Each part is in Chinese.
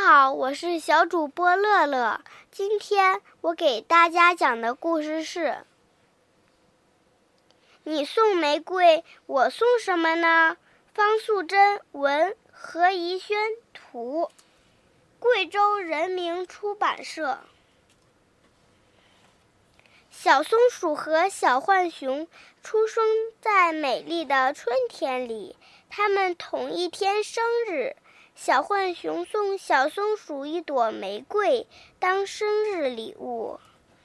好，我是小主播乐乐。今天我给大家讲的故事是：你送玫瑰，我送什么呢？方素珍文，何怡轩图，贵州人民出版社。小松鼠和小浣熊出生在美丽的春天里，它们同一天生日。小浣熊送小松鼠一朵玫瑰当生日礼物。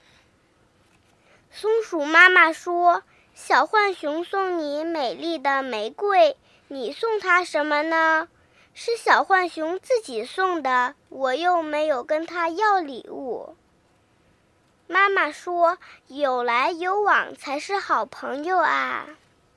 松鼠妈妈说：“小浣熊送你美丽的玫瑰，你送它什么呢？”是小浣熊自己送的，我又没有跟它要礼物。妈妈说：“有来有往才是好朋友啊。”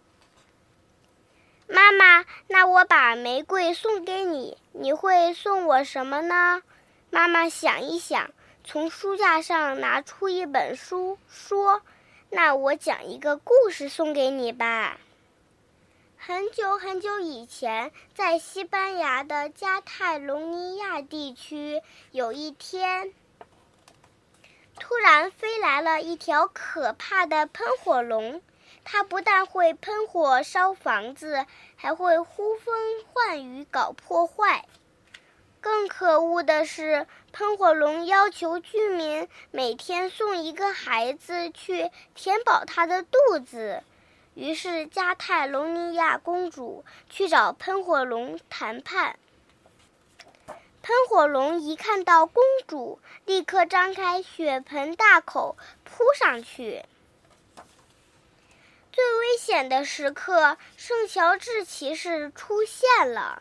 妈妈，那我把玫瑰送给你，你会送我什么呢？妈妈想一想，从书架上拿出一本书，说：“那我讲一个故事送给你吧。”很久很久以前，在西班牙的加泰隆尼亚地区，有一天，突然飞来了一条可怕的喷火龙。它不但会喷火烧房子，还会呼风唤雨搞破坏。更可恶的是，喷火龙要求居民每天送一个孩子去填饱他的肚子。于是加泰隆尼亚公主去找喷火龙谈判。喷火龙一看到公主，立刻张开血盆大口扑上去。最危险的时刻，圣乔治骑士出现了。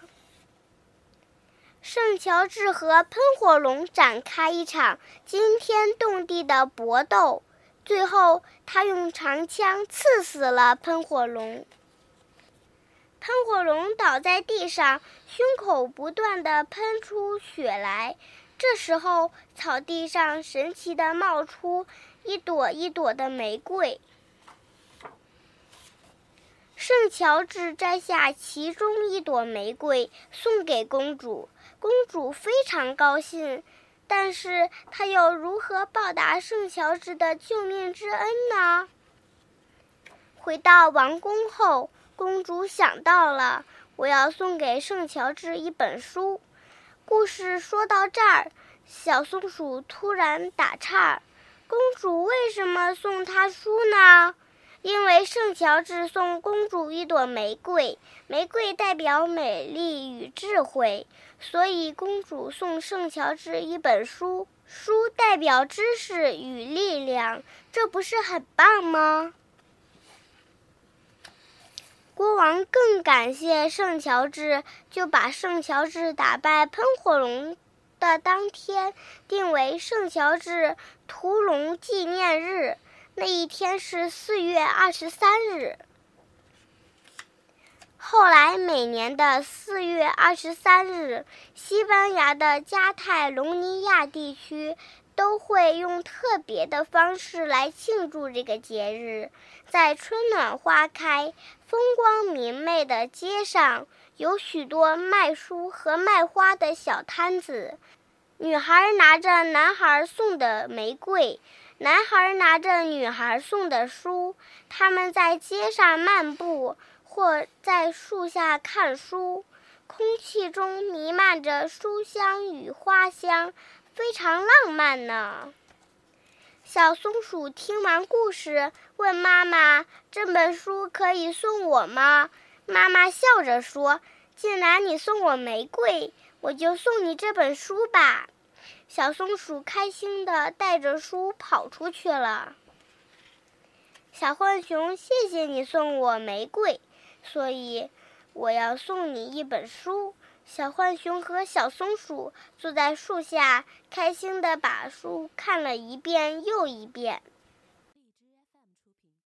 圣乔治和喷火龙展开一场惊天动地的搏斗，最后他用长枪刺死了喷火龙。喷火龙倒在地上，胸口不断地喷出血来。这时候，草地上神奇地冒出一朵一朵的玫瑰。圣乔治摘下其中一朵玫瑰送给公主，公主非常高兴，但是她又如何报答圣乔治的救命之恩呢？回到王宫后，公主想到了，我要送给圣乔治一本书。故事说到这儿，小松鼠突然打岔：“公主为什么送他书呢？”因为圣乔治送公主一朵玫瑰，玫瑰代表美丽与智慧，所以公主送圣乔治一本书，书代表知识与力量，这不是很棒吗？国王更感谢圣乔治，就把圣乔治打败喷火龙的当天定为圣乔治屠龙纪念日。那一天是4月23日。后来每年的4月23日，西班牙的加泰隆尼亚地区都会用特别的方式来庆祝这个节日。在春暖花开、风光明媚的街上，有许多卖书和卖花的小摊子。女孩拿着男孩送的玫瑰，男孩拿着女孩送的书，他们在街上漫步，或在树下看书，空气中弥漫着书香与花香，非常浪漫呢。小松鼠听完故事，问妈妈：“这本书可以送我吗？”妈妈笑着说：“既然你送我玫瑰，我就送你这本书吧。”小松鼠开心地带着书跑出去了。小浣熊，谢谢你送我玫瑰，所以我要送你一本书。小浣熊和小松鼠坐在树下，开心地把书看了一遍又一遍。